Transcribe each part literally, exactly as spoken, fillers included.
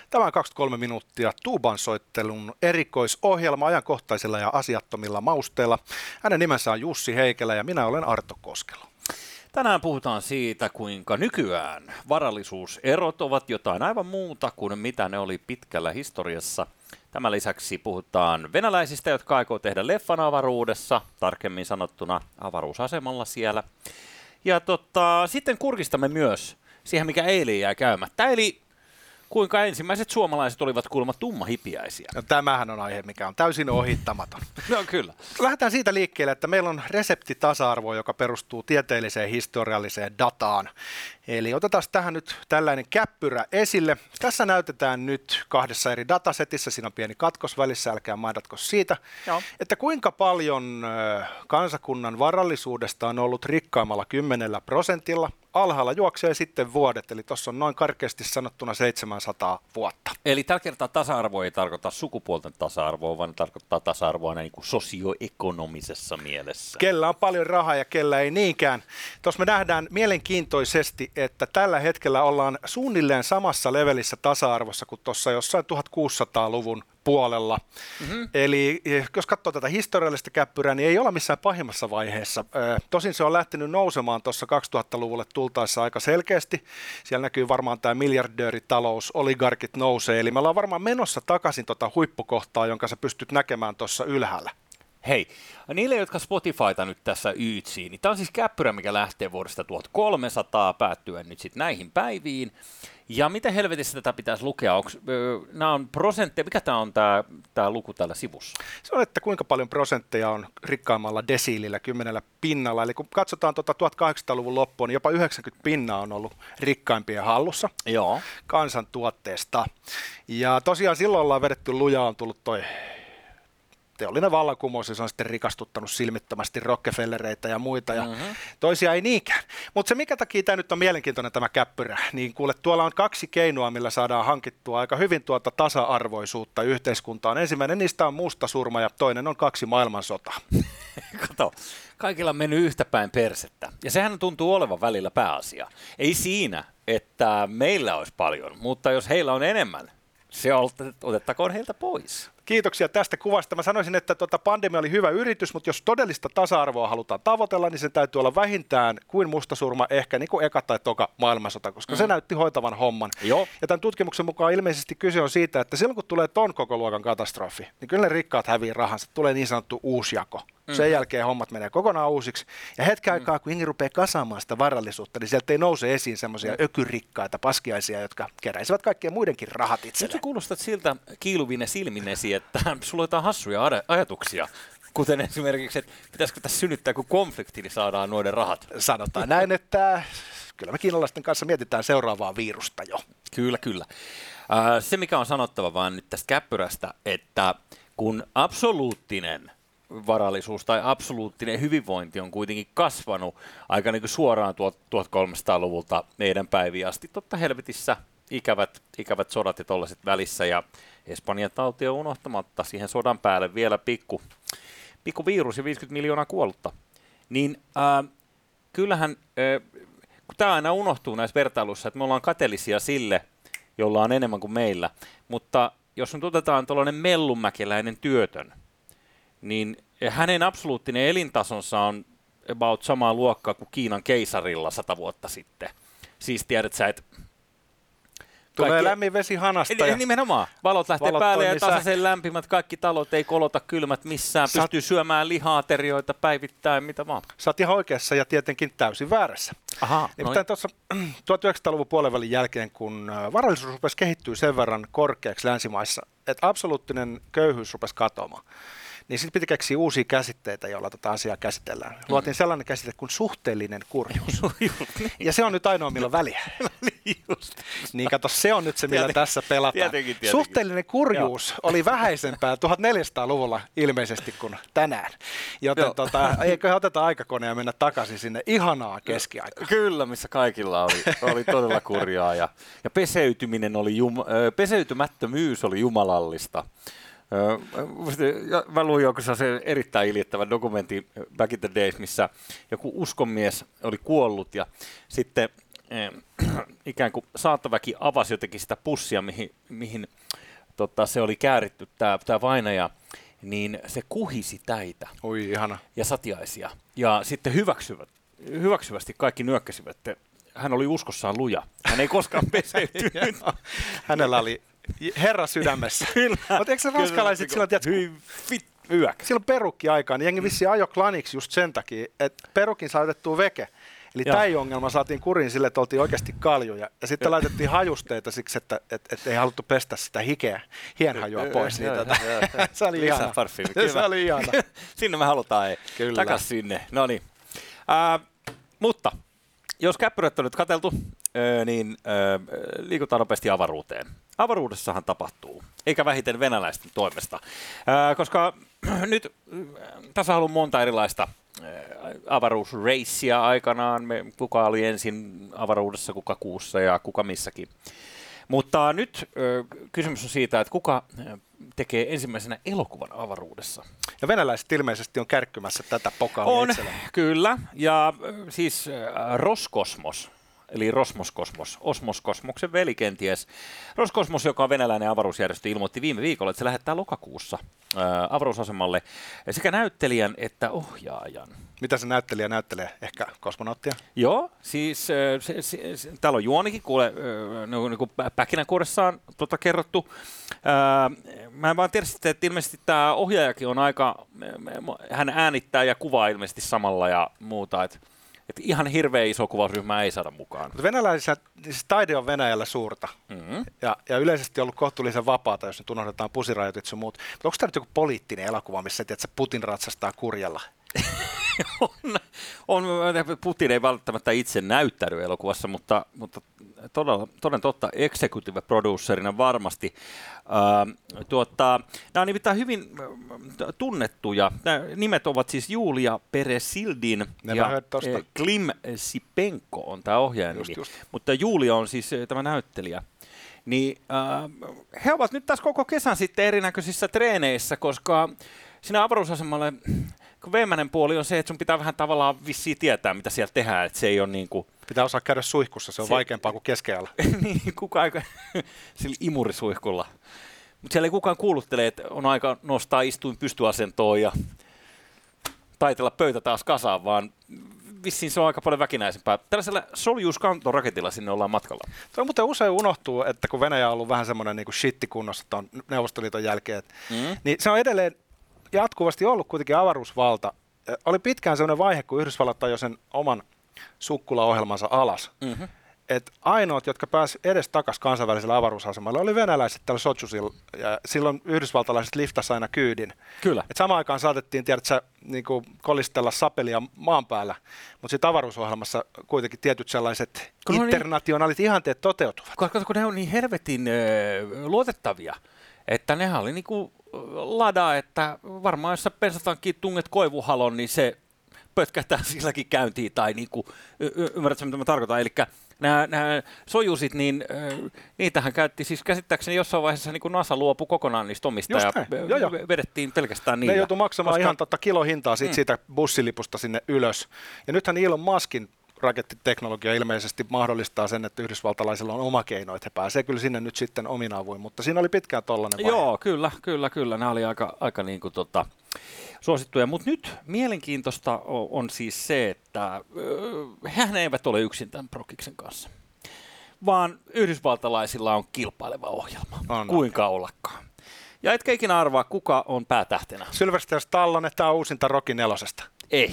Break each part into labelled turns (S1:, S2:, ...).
S1: Tämä on kaksikymmentäkolme minuuttia tuuban soittelun erikoisohjelma ajankohtaisilla ja asiattomilla mausteilla. Hänen nimensä on Jussi Heikelä ja minä olen Arto Koskelo.
S2: Tänään puhutaan siitä, kuinka nykyään varallisuuserot ovat jotain aivan muuta kuin mitä ne oli pitkällä historiassa. Tämän lisäksi puhutaan venäläisistä, jotka aikoo tehdä leffan avaruudessa, tarkemmin sanottuna avaruusasemalla siellä. Ja tota, sitten kurkistamme myös siihen, mikä eilen jäi käymättä, eli kuinka ensimmäiset suomalaiset olivat kuulemma tummahipiäisiä.
S1: No, tämähän on aihe, mikä on täysin ohittamaton.
S2: No kyllä.
S1: Lähdetään siitä liikkeelle, että meillä on resepti tasa-arvoa, joka perustuu tieteelliseen historialliseen dataan. Eli otetaan tähän nyt tällainen käppyrä esille. Tässä näytetään nyt kahdessa eri datasetissä, siinä on pieni katkos välissä, älkää mainitko siitä, Joo. että kuinka paljon kansakunnan varallisuudesta on ollut rikkaimmalla kymmenellä prosentilla. Alhaalla juoksee sitten vuodet, eli tuossa on noin karkeasti sanottuna seitsemänsataa vuotta.
S2: Eli tällä kertaa tasa-arvo ei tarkoita sukupuolten tasa-arvoa, vaan tarkoittaa tasa-arvoa niin kuin sosioekonomisessa mielessä.
S1: Kellä on paljon rahaa ja kellä ei niinkään. Tuossa me nähdään mielenkiintoisesti, että tällä hetkellä ollaan suunnilleen samassa levelissä tasa-arvossa kuin tuossa jossain tuhatkuusisataaluvun puolella. Mm-hmm. Eli jos katsoo tätä historiallista käppyrää, niin ei olla missään pahimmassa vaiheessa. Tosin se on lähtenyt nousemaan tuossa kaksituhattaluvulle tultaessa aika selkeästi. Siellä näkyy varmaan tämä miljardööritalous, oligarkit nousee. Eli me ollaan varmaan menossa takaisin tuota huippukohtaa, jonka sä pystyt näkemään tuossa ylhäällä.
S2: Hei, niille, jotka Spotifyta nyt tässä yytsii, niin tämä on siis käppyrä, mikä lähtee vuodesta tuhatkolmesataa päättyen nyt sitten näihin päiviin. Ja miten helvetissä tätä pitäisi lukea? Onks, öö, nämä on prosentteja, mikä tämä on tämä, tämä luku täällä sivussa?
S1: Se on, että kuinka paljon prosentteja on rikkaimmalla desiilillä, kymmenellä pinnalla. Eli kun katsotaan tuota tuhatkahdeksansataaluvun loppuun, niin jopa yhdeksänkymmentä pinnaa on ollut rikkaimpien hallussa
S2: Joo.
S1: kansantuotteesta. Ja tosiaan silloin ollaan vedetty lujaa, on tullut toi teollinen vallankumous, se on sitten rikastuttanut silmittömästi Rockefellereitä ja muita, ja mm-hmm. toisia ei niinkään. Mutta se, mikä takia tämä nyt on mielenkiintoinen tämä käppyrä, niin kuule, tuolla on kaksi keinoa, millä saadaan hankittua aika hyvin tuota tasa-arvoisuutta yhteiskuntaan. Ensimmäinen niistä on musta surma, ja toinen on kaksi maailmansotaa.
S2: Kato, kaikilla on mennyt yhtä päin persettä, ja sehän tuntuu olevan välillä pääasia. Ei siinä, että meillä olisi paljon, mutta jos heillä on enemmän, se otettakoon heiltä pois.
S1: Kiitoksia tästä kuvasta. Mä sanoisin, että tuota pandemia oli hyvä yritys, mutta jos todellista tasa-arvoa halutaan tavoitella, niin sen täytyy olla vähintään kuin mustasurma, ehkä niin kuin eka tai toka maailmansota, koska mm. se näytti hoitavan homman.
S2: Joo.
S1: Ja tämän tutkimuksen mukaan ilmeisesti kyse on siitä, että silloin kun tulee ton koko luokan katastrofi, niin kyllä ne rikkaat hävii rahansa, tulee niin sanottu uusjako. Sen mm. jälkeen hommat menee kokonaan uusiksi. Ja hetken mm. aikaa, kun jengi rupeaa kasaamaan sitä varallisuutta, niin sieltä ei nouse esiin semmoisia mm. ökyrikkaita paskiaisia, jotka keräisivät kaikkien muidenkin rahat itselleen.
S2: Nyt sä kuulostat siltä kiiluvine silminesi, että sulla on jotain hassuja ajatuksia. Kuten esimerkiksi, että pitäisikö tässä synnyttää, kun konflikti, niin saadaan noiden rahat.
S1: Sanotaan näin, että kyllä me kiinalaisten kanssa mietitään seuraavaa virusta jo.
S2: Kyllä, kyllä. Se, mikä on sanottava vaan nyt tästä käppyrästä, että kun absoluuttinen varallisuus tai absoluuttinen hyvinvointi on kuitenkin kasvanut aika niin kuin suoraan tuhatkolmesataaluvulta meidän päiviin asti. Totta helvetissä ikävät, ikävät sodat ja tollaiset välissä, ja Espanjan tauti on unohtamatta siihen sodan päälle vielä pikku, pikku virus ja viisikymmentä miljoonaa kuollutta. Niin äh, kyllähän, äh, kun tämä aina unohtuu näissä vertailuissa, että me ollaan kateellisia sille, jolla on enemmän kuin meillä, mutta jos nyt otetaan tuollainen mellunmäkeläinen työtön, niin hänen absoluuttinen elintasonsa on about samaa luokkaa kuin Kiinan keisarilla sata vuotta sitten. Siis tiedät sä, että
S1: tulee kaikki lämmin vesi hanasta.
S2: Ja nimenomaan. Valot lähtee valot päälle ja tasaisen lämpimät. Kaikki talot ei kolota kylmät missään. Sä pystyy syömään liha-aterioita päivittäin, mitä vaan.
S1: Sä oot ihan oikeassa ja tietenkin täysin väärässä.
S2: Aha,
S1: nimittäin tuossa tuhatyhdeksänsataaluvun puolenvälin jälkeen, kun varallisuus rupesi kehittyä sen verran korkeaksi länsimaissa, että absoluuttinen köyhyys rupesi katoamaan, niin sitten piti keksiä uusia käsitteitä, joilla tätä asiaa käsitellään. Mm. Luotiin sellainen käsite kuin suhteellinen kurjuus. Ja se on nyt ainoa, millä väliä. Niin kato, se on nyt se, millä tietenkin, tässä pelataan.
S2: Tietenkin, tietenkin.
S1: Suhteellinen kurjuus Joo. oli vähäisempää tuhatneljäsataaluvulla ilmeisesti kuin tänään. Joten tota, eikö oteta aikakone ja mennä takaisin sinne ihanaa keskiaikaan.
S2: Kyllä, missä kaikilla oli, oli todella kurjaa. Ja, ja peseytyminen oli jum, peseytymättömyys oli jumalallista. Mä luin joku se erittäin iljettävän dokumentin Back in the Days, missä joku uskonmies oli kuollut ja sitten äh, ikään kuin saattoväki avasi jotenkin sitä pussia, mihin, mihin tota, se oli kääritty, tämä vainaja, niin se kuhisi täitä
S1: Oi, ihana.
S2: ja satiaisia. Ja sitten hyväksyvät, hyväksyvästi kaikki nyökkäsivät, että hän oli uskossaan luja. Hän ei koskaan peseytynyt.
S1: Hänellä oli herra sydämessä. Mutta eikö se ranskalaiset silloin, tiedätkö,
S2: Yök.
S1: silloin perukki-aikaan, niin jengi vissiin ajo klaniksi just sen takia, että perukin saatettuu veke. Eli tämä ongelma saatiin kuriin sille, että oltiin oikeasti kaljuja. Ja sitten laitettiin hajusteita siksi, että et, et ei haluttu pestä sitä hikeä, hienhajua pois. Niin tota, se oli ihana. Se oli ihana.
S2: Sinne me halutaan, ei.
S1: Kyllä.
S2: Takas sinne. No niin. Äh, mutta jos käppyrät on nyt katseltu, äh, niin äh, liikutaan nopeasti avaruuteen. Avaruudessahan tapahtuu, eikä vähiten venäläisten toimesta, äh, koska nyt äh, tässä on ollut monta erilaista avaruusreissia aikanaan, me, kuka oli ensin avaruudessa, kuka kuussa ja kuka missäkin. Mutta nyt ö, kysymys on siitä, että kuka tekee ensimmäisenä elokuvan avaruudessa.
S1: Ja venäläiset ilmeisesti on kärkkymässä tätä pokaa.
S2: On, kyllä. Ja siis Roskosmos, eli Rosmoskosmos, Osmoskosmoksen veli kenties. Roskosmos, joka on venäläinen avaruusjärjestö, ilmoitti viime viikolla, että se lähettää lokakuussa ää, avaruusasemalle sekä näyttelijän että ohjaajan.
S1: Mitä se näyttelijä näyttelee? Ehkä kosmonauttia?
S2: Joo, siis se, se, se, täällä on juonikin, kuule, niin kuin päkinänkuoressaan tota kerrottu. Ää, mä en vaan tiedä sitten, että ilmeisesti tämä ohjaajakin on aika, hän äänittää ja kuvaa ilmeisesti samalla ja muuta, että et ihan hirveän iso kuvausryhmä ei saada mukaan. Mutta
S1: venäläisillä, siis taide on Venäjällä suurta mm-hmm. ja, ja yleisesti ollut kohtuullisen vapaata, jos nyt unohdetaan pusirajoitit sun muut. Mutta onko tämä nyt joku poliittinen elokuva, missä tiedät, että Putin ratsastaa kurjalla?
S2: on, on, Putin ei välttämättä itse näyttänyt elokuvassa, mutta, mutta todella, toden totta executive producerina varmasti. Äh, tuota, nämä on nimittäin hyvin äh, tunnettuja. Nämä nimet ovat siis Julia Peresildin
S1: ne
S2: ja äh, Klim Sipenko on tämä ohjaajan nimi.
S1: Just, just.
S2: Mutta Julia on siis äh, tämä näyttelijä. Niin, äh, he ovat nyt tässä koko kesän sitten erinäköisissä treeneissä, koska siinä avaruusasemalle kun veemäinen puoli on se, että sun pitää vähän tavallaan vissiin tietää, mitä siellä tehdään, että se ei ole niin kuin...
S1: Pitää osaa käydä suihkussa, se on se... vaikeampaa kuin keskealla.
S2: niin, kukaan aika sillä imurisuihkulla. Mutta siellä ei kukaan kuuluttele, että on aika nostaa istuin pystyasentoon ja taitella pöytä taas kasaan, vaan vissiin se on aika paljon väkinäisempää. Tällaisella Soyuz-kantoraketilla sinne ollaan matkalla.
S1: Tuo muuten usein unohtuu, että kun Venäjä on ollut vähän semmoinen niin kuin shittikunnossa tuon Neuvostoliiton jälkeen, mm. niin se on edelleen jatkuvasti ollut kuitenkin avaruusvalta. Oli pitkään sellainen vaihe, kun Yhdysvallat ajoi sen oman sukkulaohjelmansa alas. Mm-hmm. Et ainoat, jotka pääsivät edes takaisin kansainvälisellä avaruusasemalla, oli venäläiset täällä Sotsjusilla. Ja silloin yhdysvaltalaiset liftasi aina kyydin.
S2: Kyllä. Et
S1: samaan aikaan saatettiin, tiedätkö, niin kuin kolistella sapelia maan päällä, mutta sitten avaruusohjelmassa kuitenkin tietyt sellaiset kun internationaalit niin, ihanteet toteutuvat.
S2: Koska kun ne on niin helvetin äh, luotettavia, että nehän oli niinku lada, että varmaan jos sä bensatankkiin tunget koivuhalon, niin se pötkähtää silläkin käyntiin, tai niinku, y- y- ymmärrätkö mitä mä tarkoitan, eli nämä, nämä Soyuzit, niin äh, niitähän käytti siis käsittääkseni jossain vaiheessa niin kuin NASA luopui kokonaan niistä omista
S1: just
S2: ja
S1: näin. Jo, jo.
S2: vedettiin pelkästään niillä.
S1: Ne joutui maksamaan koska... ihan totta kilohintaa siitä,
S2: mm.
S1: siitä bussilipusta sinne ylös. Ja nythän Elon Muskin rakettiteknologia ilmeisesti mahdollistaa sen, että yhdysvaltalaisilla on oma keino, että he pääsee kyllä sinne nyt sitten omin avuin, mutta siinä oli pitkään tollainen vaihe.
S2: Joo, kyllä, kyllä, kyllä. Nämä oli aika, aika niin kuin tota, suosittuja, mutta nyt mielenkiintoista on, on siis se, että äh, hän eivät ole yksin tämän Prokiksen kanssa, vaan yhdysvaltalaisilla on kilpaileva ohjelma, on, kuinka ollakaan. Ja etkä ikinä arvaa, kuka on päätähtenä.
S1: Sylvester Stallone, tämä on uusinta Rocky nelosesta.
S2: Ei.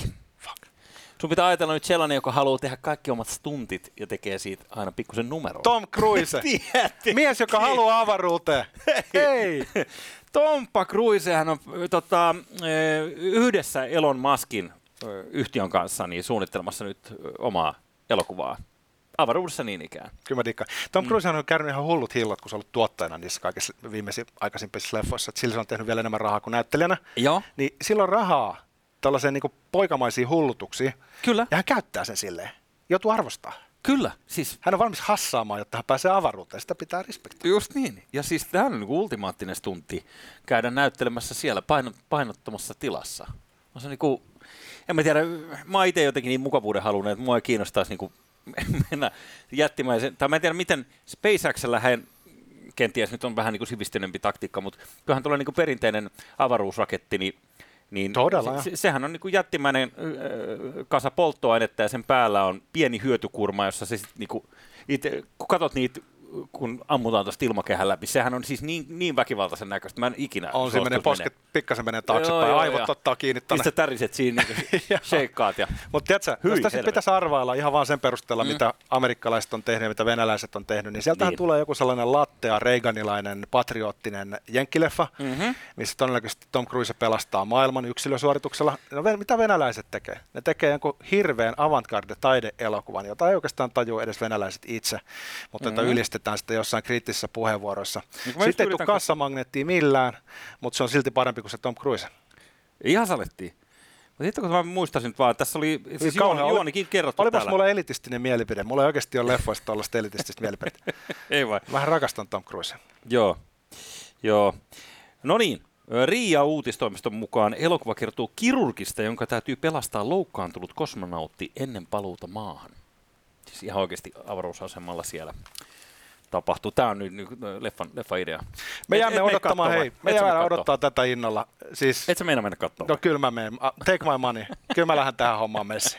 S2: Sun pitää ajatella nyt sellainen, joka haluaa tehdä kaikki omat stuntit ja tekee siitä aina pikkusen numeroa.
S1: Tom Cruise. Mies, joka haluaa avaruuteen.
S2: Hei. Tompa Cruise, hän on tota, yhdessä Elon Muskin yhtiön kanssa niin suunnittelemassa nyt omaa elokuvaa. Avaruudessa niin ikään.
S1: Kyllä mä dikkaan. Tom Cruise mm. on käynyt ihan hullut hillot, kun se on ollut tuottajana niissä kaikissa viimeisissä aikaisemmissa leffoissa. Sillä se on tehnyt vielä enemmän rahaa kuin näyttelijänä.
S2: Joo.
S1: Niin silloin rahaa tällaiseen niin kuin poikamaisiin hullutuksiin.
S2: Kyllä.
S1: Ja hän käyttää sen silleen. Joutuu arvostaa.
S2: Kyllä. Siis...
S1: Hän on valmis hassaamaan, jotta hän pääsee avaruuteen. Sitä pitää respektoida.
S2: Just niin. Ja siis tämä on niin kuin ultimaattinen stuntti käydä näyttelemässä siellä paino- painottomassa tilassa. On se niin kuin, en mä tiedä, mä itse jotenkin niin mukavuuden halunnut, että mua ei kiinnostaisi niin kuin mennä jättimäisen, tai mä en tiedä miten SpaceXllä hän kenties nyt on vähän niin kuin sivistyneempi taktiikka, mutta kyllähän tulee niin kuin perinteinen avaruusraketti, niin Niin
S1: Todella,
S2: se, sehän on niin kuin jättimäinen äh, kasa polttoainetta ja sen päällä on pieni hyötykurma, jossa se sitten, niin kuin, itse, kun katsot niitä, kun ammutaan tuosta ilmakehän läpi, sehän on siis niin, niin väkivaltaisen näköistä, mä en ikinä
S1: on se menee posket, menee. pikkasen menee taaksepäin, joo, joo, aivot ja ottaa kiinni tuonne.
S2: Mistä täriset siinä, niin sheikkaat. Ja...
S1: Mutta tiedätkö, jos tässä pitäisi arvailla ihan vaan sen perusteella, mm. mitä amerikkalaiset on tehnyt ja mitä venäläiset on tehnyt, niin sieltähän niin. tulee joku sellainen lattea, reaganilainen, patriottinen jenkkileffa, mm-hmm. missä todennäköisesti Tom Cruise pelastaa maailman yksilösuorituksella. No mitä venäläiset tekee? Ne tekee jonkun hirveän avantgarde-taideelokuvan, jota ei oikeastaan tajua edes venäläiset itse, mutta mm-hmm. jota ylistetään sitten jossain kriittisissä puheenvuoroissa. Niin sitten ei tule kassamagneettia millään, mutta se on silti parempi kuin se Tom Cruise.
S2: Ihan salettiin. Mutta sitten kun mä muistasin nyt vaan, tässä oli siis Juoni, Juonikin kerrottu
S1: olipas
S2: täällä.
S1: Mulla elitistinen mielipide. Mulla ei oikeasti ole leffoista tuollaista elitististä mielipidettä.
S2: Ei vai.
S1: Vähän rakastan Tom Cruise.
S2: Joo. Joo. No niin. Riia uutistoimiston mukaan elokuva kertoo kirurgista, jonka täytyy pelastaa loukkaantunut kosmonautti ennen paluuta maahan. Siis ihan oikeasti avaruusasemalla siellä tapahtuu. Tämä on nyt, nyt leffan, leffan idea.
S1: Me jäämme odottamaan, hei, me jäämme odottaa tätä innolla. Siis,
S2: et sä meinaa mennä katsomaan?
S1: No kyllä mä menen. Take my money. Kyllä mä lähden tähän hommaan messiin.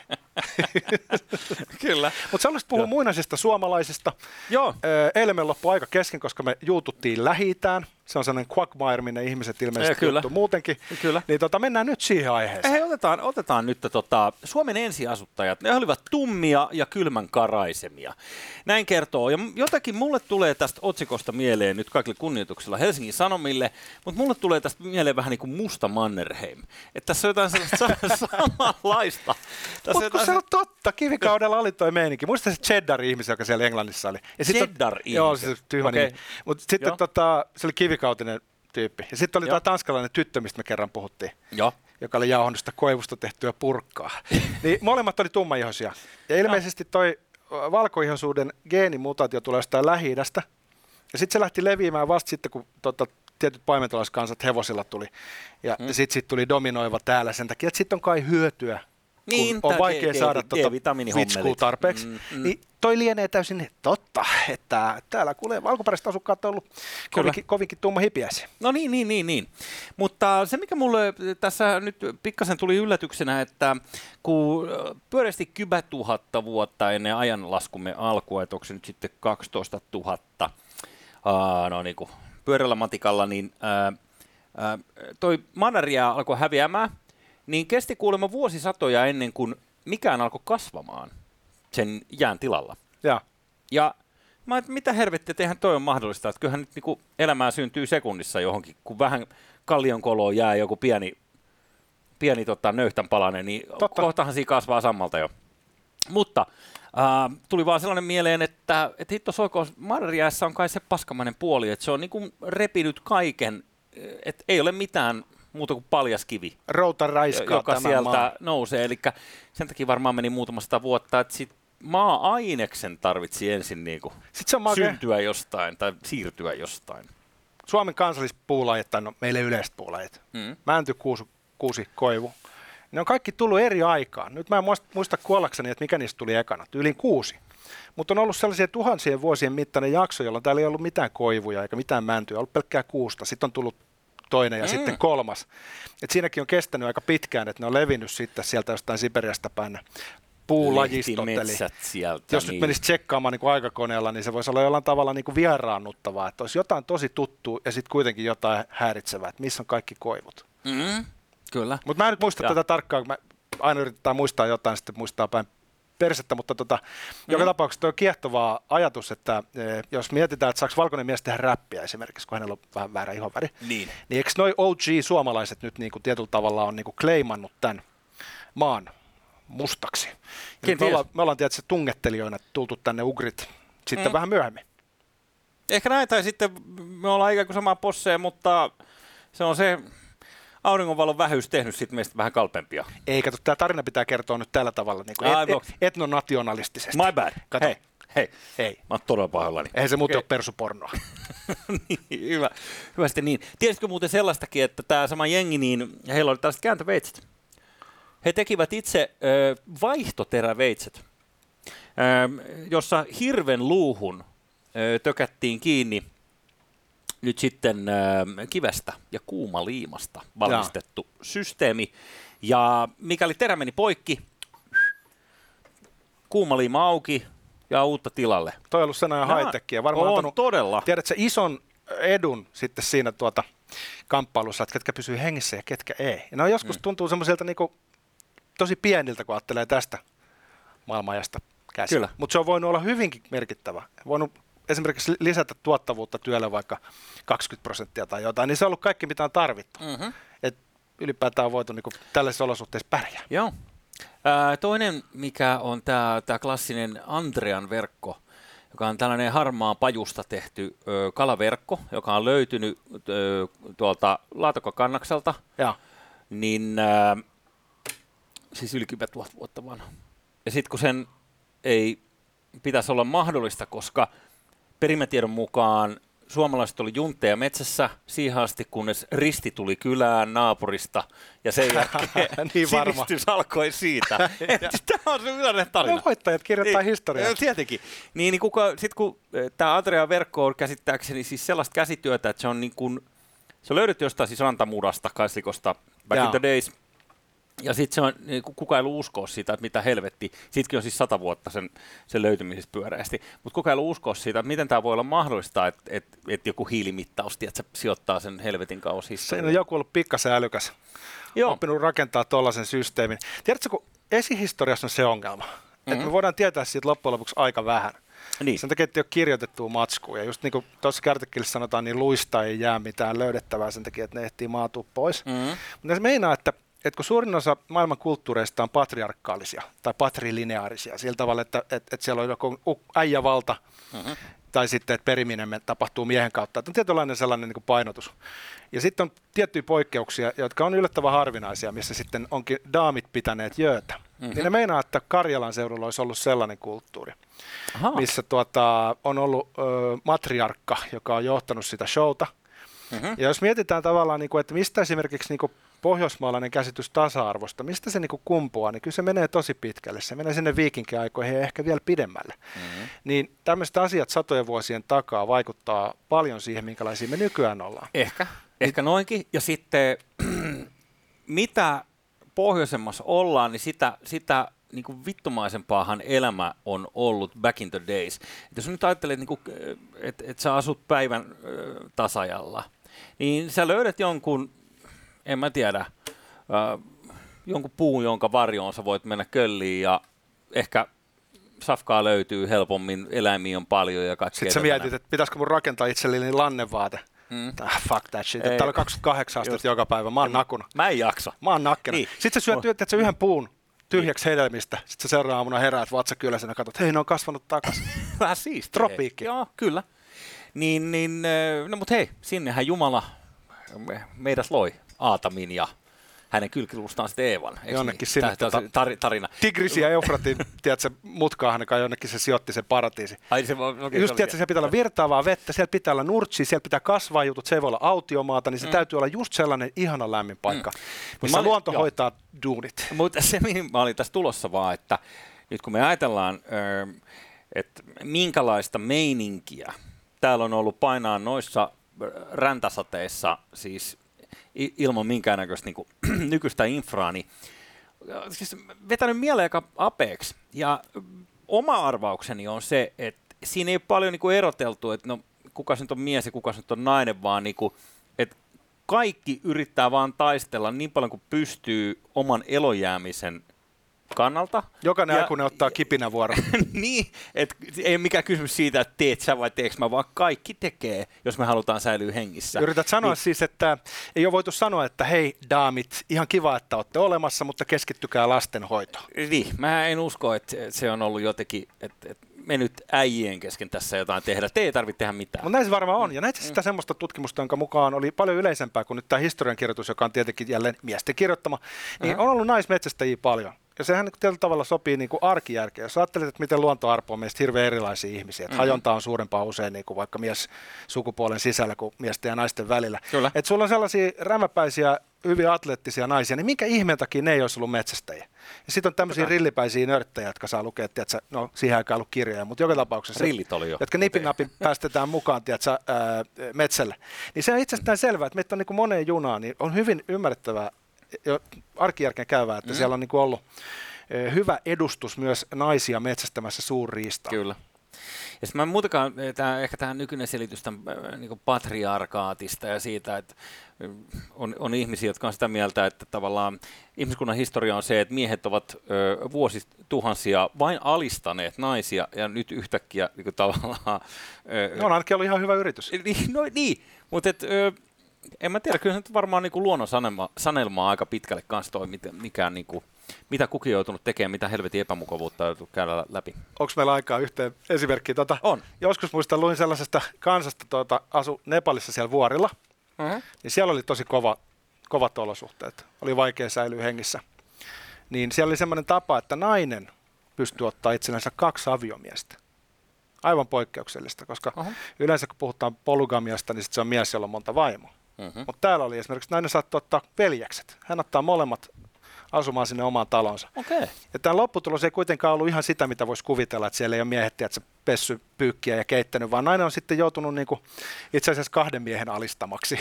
S2: Kyllä.
S1: Mutta sä olisit puhua muinaisista suomalaisista.
S2: Joo.
S1: Eilen me loppui aika kesken, koska me juututtiin Lähi-Itään. Se on sellainen quagmire, minne ihmiset ilmeisesti
S2: kyllä.
S1: juttu muutenkin.
S2: Kyllä.
S1: Niin tota, mennään nyt siihen aiheeseen.
S2: Hei, otetaan, otetaan nyt tota, Suomen ensiasuttajat. Ne olivat tummia ja kylmän karaisemia. Näin kertoo. Ja jotakin mulle tulee tästä otsikosta mieleen nyt kaikille kunnioituksella Helsingin Sanomille, mutta mulle tulee tästä mieleen vähän niin kuin Musta Mannerheim. Että tässä on jotain sellaista samanlaista.
S1: Mutta jotain... se on totta. Kivikaudella oli toi meininki. Muista se Cheddar-ihmisiä, joka siellä Englannissa oli.
S2: Cheddar-ihmisiä?
S1: Joo, se tyhmä okay. nimi. Mutta sitten tota, se oli kivikautinen tyyppi. Ja sitten oli tämä tanskalainen tyttö, mistä me kerran puhuttiin,
S2: Joo.
S1: joka oli jauhannut sitä koivusta tehtyä purkkaa. Niin molemmat oli tummaihoisia. Ja ilmeisesti toi valkoihoisuuden geenimutaatio tulee jostain Lähi-idästä. Ja sitten se lähti leviämään vasta sitten, kun tota, tietyt paimentolaiskansat hevosilla tuli. Ja mm. sitten sit tuli dominoiva täällä sen takia, että sitten on kai hyötyä.
S2: Niin,
S1: on vaikea D- saada tuota vitskua tarpeeksi, mm, mm. niin toi lienee täysin totta, että täällä kuulee valkoperäiset asukkaat on ollut kovinkin, kovinkin tumma hipiäisiä.
S2: No niin, niin, niin, niin. Mutta se, mikä mulle tässä nyt pikkasen tuli yllätyksenä, että kun pyöreästi kymmentuhatta vuotta ennen ajanlaskumme alkua, että onko se nyt sitten kaksitoista tuhatta, uh, no niin kuin pyörällä matikalla, niin uh, uh, toi Mannerjää alkoi häviämään, niin kesti kuulemma vuosisatoja ennen kuin mikään alkoi kasvamaan sen jään tilalla.
S1: Ja,
S2: ja mä ajattelin, mitä helvettiä, että eihän toi on mahdollista, että kyllähän nyt niinku elämää syntyy sekunnissa johonkin, kun vähän kallionkoloon jää joku pieni, pieni tota, nöyhtänpalanen, niin Totta. kohtahan siinä kasvaa sammalta jo. Mutta äh, tuli vaan sellainen mieleen, että et hitto soiko, Mannerjäässä on kai se paskamainen puoli, että se on niinku repinyt kaiken, että ei ole mitään muuta kuin paljas kivi,
S1: Routaraiskaa
S2: joka
S1: tämä
S2: sieltä
S1: maa.
S2: nousee. Eli sen takia varmaan meni muutama sata vuotta, että sit maa-aineksen tarvitsi ensin niinku
S1: se
S2: syntyä jostain tai siirtyä jostain.
S1: Suomen kansallispuulajit, tai no meille yleiset puulajit, mm. mänty, kuusi, kuusi, koivu, ne on kaikki tullut eri aikaan. Nyt mä en muista kuollakseni, että mikä niistä tuli ekana, yli kuusi. Mutta on ollut sellaisia tuhansien vuosien mittainen jakso, jolloin täällä ei ollut mitään koivuja eikä mitään mäntyä, on ollut pelkkää kuusta. Sitten on tullut toinen ja mm. sitten kolmas. Et siinäkin on kestänyt aika pitkään, että ne on levinnyt sitten sieltä jostain Siperiasta päin puulajistot. Eli
S2: sieltä,
S1: jos
S2: niin.
S1: nyt menisi tsekkaamaan niin kuin aikakoneella, niin se voisi olla jollain tavalla niin kuin vieraannuttavaa, että olisi jotain tosi tuttua ja sitten kuitenkin jotain häiritsevää, että missä on kaikki koivut.
S2: Mm. Kyllä.
S1: Mutta mä en nyt muista ja. tätä tarkkaan, kun mä aina yritetään muistaa jotain, sitten muistaa päin persettä, mutta tota, mm. joka tapauksessa tuo on kiehtovaa ajatus, että e, jos mietitään, että saako valkoinen mies tehdä räppiä esimerkiksi, kun hänellä on vähän väärä ihonväri,
S2: niin,
S1: niin eikö noi O G-suomalaiset nyt niin kuin tietyllä tavalla on niin kuin claimannut tämän maan mustaksi? Me ollaan, me ollaan tietysti tungettelijoina tultu tänne ugrit sitten mm. vähän myöhemmin.
S2: Ehkä näin, tai sitten me ollaan ikään kuin samaa posseja, mutta se on se auringonvalon vähyys tehnyt sitten meistä vähän kalpempia.
S1: Ei, kato, tämä tarina pitää kertoa nyt tällä tavalla, niin kuin et, et, etnonationalistisesti.
S2: My bad.
S1: Kato.
S2: Hei, hei.
S1: Hei.
S2: Mä oon todella pahoillani.
S1: Eihän se muuten okay. ole persupornoa.
S2: niin, hyvä. Hyvä sitten niin. Tiesitkö muuten sellaistakin, että tämä sama jengi, niin heillä oli tällaiset kääntöveitset. He tekivät itse ö, vaihtoteräveitset. jossa hirven luuhun tökättiin kiinni nyt sitten kivestä ja kuumaliimasta valmistettu ja. systeemi. Ja mikäli terä meni poikki, kuumaliima auki ja uutta tilalle.
S1: Toi on ollut sen ajan high-techia. Varmaan
S2: on
S1: antanut,
S2: todella.
S1: Tiedätkö ison edun sitten siinä tuota kamppailussa, että ketkä pysyy hengissä ja ketkä ei. Ja ne joskus mm. tuntuu semmoiselta niinku tosi pieniltä, kun ajattelee tästä maailmanajasta käsin. Mutta se on voinut olla hyvinkin merkittävä. Voinut esimerkiksi lisätä tuottavuutta työlle vaikka kaksikymmentä prosenttia tai jotain, niin se on ollut kaikki, mitä on tarvittu. Mm-hmm. Et ylipäätään on voitu niinku tällaisissa olosuhteissa pärjää.
S2: Joo. Ää, toinen, mikä on tämä klassinen Andrean verkko, joka on tällainen harmaan pajusta tehty ö, kalaverkko, joka on löytynyt ö, tuolta Laatokokannakselta, ja. niin ä, siis yli kymmenen tuhatta vuotta vanha. Ja sitten kun sen ei pitäisi olla mahdollista, koska perimätiedon mukaan suomalaiset oli juntteja metsässä siihen asti, kunnes risti tuli kylään naapurista ja sen jälkeen
S1: niin
S2: sivistys alkoi siitä. Tämä on se yleinen tarina.
S1: No voittajat kirjoittaa niin, historiaa.
S2: Tietenkin. Niin, niin sitten kun tämä Andrea-verkko on käsittääkseni siis sellaista käsityötä, että se on niin kuin, se on löydetty jostain siis rantamurasta, kaislikosta back Jaa. in the days. Ja sitten se on, niin kukaan ei ollut uskoa siitä, että mitä helvetti, siitäkin on siis sata vuotta sen, sen löytymisessä pyöreästi, mutta kukaan ei ollut uskoa siitä, että miten tämä voi olla mahdollista, että, että, että joku hiilimittaus, että se sijoittaa sen helvetin kauas historiaan.
S1: Siinä on joku ollut pikkasen älykäs, Joo. oppinut rakentaa tuollaisen systeemin. Tiedätkö, kun esihistoriassa on se ongelma, mm-hmm. että me voidaan tietää siitä loppujen lopuksi aika vähän. Niin. Sen takia, että ei ole kirjoitettua matskua. Ja just niin kuin tuossa kärtekirjassa sanotaan, niin luista ei jää mitään löydettävää sen takia, että ne ehtii maatua pois. Mm-hmm. Mutta se meinaa, että että kun suurin osa maailman kulttuureista on patriarkaalisia tai patrilineaarisia, sillä tavalla, että, että, että siellä on joku äijävalta uh-huh. tai sitten, että periminen tapahtuu miehen kautta. Että on tietynlainen sellainen niin kuin painotus. Ja sitten on tiettyjä poikkeuksia, jotka on yllättävän harvinaisia, missä sitten onkin daamit pitäneet jöötä. Uh-huh. Niin ne meinaa, että Karjalan seudulla olisi ollut sellainen kulttuuri, Aha. missä tuota, on ollut ö, matriarkka, joka on johtanut sitä showta. Uh-huh. Ja jos mietitään tavallaan, niin kuin, että mistä esimerkiksi niin kuin pohjoismaalainen käsitys tasa-arvosta, mistä se niin kuin kumpuaa, niin kyllä se menee tosi pitkälle. Se menee sinne viikinkiaikoihin ja ehkä vielä pidemmälle. Mm-hmm. Niin tämmöiset asiat satojen vuosien takaa vaikuttaa paljon siihen, minkälaisia me nykyään ollaan.
S2: Ehkä, ehkä noinkin. Ja sitten mitä pohjoisemmassa ollaan, niin sitä, sitä niin kuin vittumaisempaahan elämä on ollut back in the days. Et jos nyt ajattelet, niin että et sä asut päivän ö, tasajalla, niin sä löydät jonkun, en mä tiedä, äh, jonkun puun, jonka varjoon sä voit mennä kölliin ja ehkä safkaa löytyy helpommin, eläimiä on paljon ja kaikkea.
S1: Sitten sä mietit, että pitäisikö mun rakentaa itselleni lannevaate. Mm. Ah, fuck that shit. Täällä on kaksikymmentäkahdeksan astetta joka päivä. Mä oon nakuna.
S2: Mä en jaksa.
S1: Mä oon nakkena. Niin. Sitten sä syöt oh. että sä yhden puun tyhjäksi hedelmistä. Sitten sä seuraavana aamuna heräät vatsakyläisenä ja katsot, hei, ne on kasvanut takaisin.
S2: Vähän siistiä.
S1: Tropiikki.
S2: Joo, kyllä. Niin, niin, no mut hei, sinnehän Jumala meidät loi. Aatamin ja hänen kylkiluustaan sitten Eevan.
S1: Jonnekin
S2: niin?
S1: sinne.
S2: Tämä on tar- tarina.
S1: Tigris ja Eufratin, tiedätkö, mutkaahan kai jonnekin se sijoitti sen paratiisi.
S2: Ai, se, okay,
S1: just tiedätkö, siellä pitää olla virtaavaa vettä, siellä pitää olla nurtsi, siellä pitää kasvaa jutut, se ei voi olla autiomaata, niin se mm. täytyy olla just sellainen ihana lämmin paikka, mm. missä olin, luonto jo. hoitaa duunit.
S2: Mutta se, mihin mä olin tässä tulossa vaan, että nyt kun me ajatellaan, että minkälaista meininkiä täällä on ollut painaa noissa räntäsateissa, siis ilman minkäännäköistä niin nykyistä infraa, niin siis vetänyt mieleen aika apeeksi. Ja oma arvaukseni on se, että siinä ei ole paljon niin kuin eroteltu, että no, kuka se nyt on mies ja kuka se nyt on nainen, vaan niin kuin, että kaikki yrittää vaan taistella niin paljon kuin pystyy oman elojäämisen kannalta.
S1: Jokainen aikuinen ottaa kipinävuoron.
S2: Niin, että ei ole mikään kysymys siitä, että teet sä vai teekö mä, vaan kaikki tekee, jos me halutaan säilyä hengissä.
S1: Yrität sanoa niin. siis, että ei ole voitu sanoa, että hei daamit, ihan kiva, että olette olemassa, mutta keskittykää lastenhoitoon.
S2: Niin, mä en usko, että se on ollut jotenkin, että, että me nyt äijien kesken tässä jotain tehdä. Te ei tarvitse tehdä mitään.
S1: Mutta näin se varmaan on. Ja näitä mm. sitä semmoista tutkimusta, jonka mukaan oli paljon yleisempää kuin nyt tämä historiankirjoitus, joka on tietenkin jälleen miesten kirjoittama, niin uh-huh. on ollut naismetsästäjiä paljon. Ja sehän niin tietyllä tavalla sopii niin kuin arkijärkeen. Jos ajattelet, että miten luontoarpo on meistä hirveän erilaisia ihmisiä, että mm-hmm. hajonta on suurempaa usein niin kuin vaikka mies sukupuolen sisällä kuin miesten ja naisten välillä.
S2: Kyllä.
S1: Että sulla on sellaisia rämäpäisiä, hyvin atleettisia naisia, niin minkä ihmeen takia ne ei olisi ollut metsästäjiä? Ja sitten on tämmöisiä Tätä. rillipäisiä nörttejä, jotka saa lukea, tiedätkö, no siihen aikaan ollut kirjoja, mutta joka tapauksessa,
S2: Rillit oli jo.
S1: jotka nipinapin päästetään mukaan, tiedätkö, ää, metsälle. Niin se on itsestään selvää, että meitä on niin kuin moneen junaan, niin on hyvin ymmärrettävää, jo arkijärkeen käyvää, että mm. siellä on niin kuin ollut ää, hyvä edustus myös naisia metsästämässä suurriistaa.
S2: Kyllä. Ja sitten mä muutenkaan, tää, ehkä tähän nykyinen selitys tämän, niin patriarkaatista ja siitä, että on, on ihmisiä, jotka on sitä mieltä, että tavallaan ihmiskunnan historia on se, että miehet ovat ö, vuosituhansia vain alistaneet naisia ja nyt yhtäkkiä niin tavallaan... Ö,
S1: no on ainakin ollut ihan hyvä yritys.
S2: Niin, no niin, mutta et, ö, en mä tiedä, kyllä se nyt varmaan niin kuin luonnon sanelma, sanelmaa aika pitkälle kanssa toi, mikään niin kuin, mitä kukin on joutunut tekemään, mitä helvetin epämukavuutta on joutunut käydä läpi.
S1: Onko meillä aikaa yhteen esimerkkiä? Tuota,
S2: on.
S1: Joskus muistan, luin sellaisesta kansasta, tuota, asu Nepalissa siellä vuorilla, uh-huh. niin siellä oli tosi kova, kovat olosuhteet. Oli vaikea säilyä hengissä. Niin siellä oli semmoinen tapa, että nainen pystyi ottaa itsellensä kaksi aviomiestä. Aivan poikkeuksellista, koska uh-huh. yleensä kun puhutaan polygamiasta, niin sit se on mies, jolla on monta vaimoa. Uh-huh. Mutta täällä oli esimerkiksi, nainen saattoi ottaa veljekset. Hän ottaa molemmat asumaan sinne omaan talonsa.
S2: Okay.
S1: Ja tämä lopputulos ei kuitenkaan ollut ihan sitä, mitä voisi kuvitella, että siellä ei ole miehet, että se pessy pyykkiä ja keittänyt, vaan nainen on sitten joutunut niin kuin itse asiassa kahden miehen alistamaksi.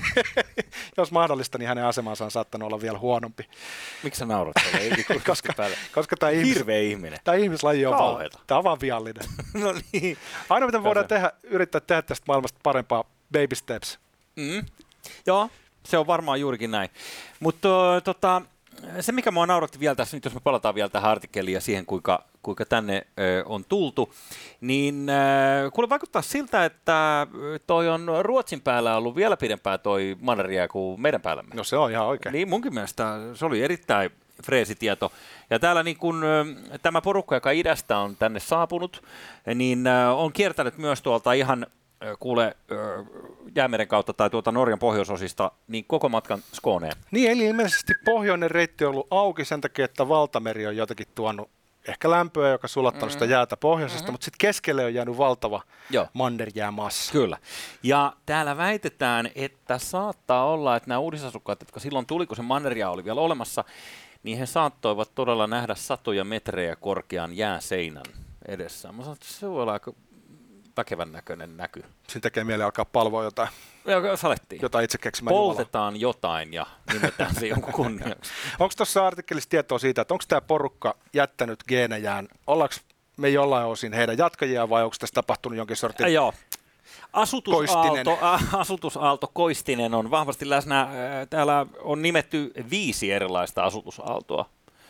S1: Jos mahdollista, niin hänen asemansa on saattanut olla vielä huonompi.
S2: Miksi sä naurat?
S1: koska, koska tämä ihmis,
S2: hirveä ihminen.
S1: Tämä ihmislaji on, val, tämä on vaan viallinen.
S2: No niin.
S1: Aina mitä voidaan tehdä, yrittää tehdä tästä maailmasta parempaa, baby steps.
S2: Mm. Joo, se on varmaan juurikin näin. Mutta tota, se, mikä mua nauratti vielä tässä, nyt jos me palataan vielä tähän artikkeliin ja siihen, kuinka, kuinka tänne ö, on tultu, niin ö, kuule vaikuttaa siltä, että toi on Ruotsin päällä ollut vielä pidempää toi manneria kuin meidän päällämme.
S1: No se on ihan oikein.
S2: Niin munkin mielestä se oli erittäin freesitieto. Ja täällä niin kun, ö, tämä porukka, joka idästä on tänne saapunut, niin ö, on kiertänyt myös tuolta ihan kuule Jäämeren kautta tai tuolta Norjan pohjoisosista, niin koko matkan Skåneen.
S1: Niin, eli ilmeisesti pohjoinen reitti on ollut auki sen takia, että valtameri on jotenkin tuonut ehkä lämpöä, joka sulattanut mm-hmm. sitä jäätä pohjoisesta, mm-hmm. mutta sitten keskelle on jäänyt valtava mannerjäämassa.
S2: Kyllä. Ja täällä väitetään, että saattaa olla, että nämä uudisasukkaat, jotka silloin tuli, kun se mannerjää oli vielä olemassa, niin he saattoivat todella nähdä satoja metrejä korkean jääseinän edessä. Mä sanoin, että se voi olla aika väkevän näköinen näky.
S1: Siinä tekee mieli alkaa palvoa jotain,
S2: salettiin.
S1: jotain itse keksimään
S2: Poltetaan Jumala. Jotain ja nimetään se jonkun kunniaksi.
S1: Onko tuossa artikkelissa tietoa siitä, että onko tämä porukka jättänyt geenejään? Ollaanko me jollain osin heidän jatkajia vai onko tässä tapahtunut jonkin sortin
S2: äh, Joo. Asutusaalto, asutusaalto Koistinen on vahvasti läsnä. Täällä on nimetty viisi erilaista asutusaaltoa.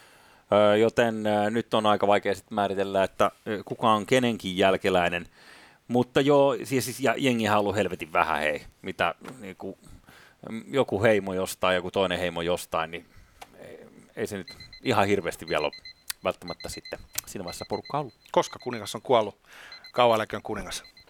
S2: Joten nyt on aika vaikea sitten määritellä, että kuka on kenenkin jälkeläinen. Mutta joo, siis, ja jengihän on ollut helvetin vähän, hei. Mitä, niin kuin, joku heimo jostain, joku toinen heimo jostain, niin ei, ei se nyt ihan hirveästi vielä ole välttämättä sitten siinä vaiheessa porukka ollut.
S1: Koska kuningas on kuollut? Kauan eläköön kuningas.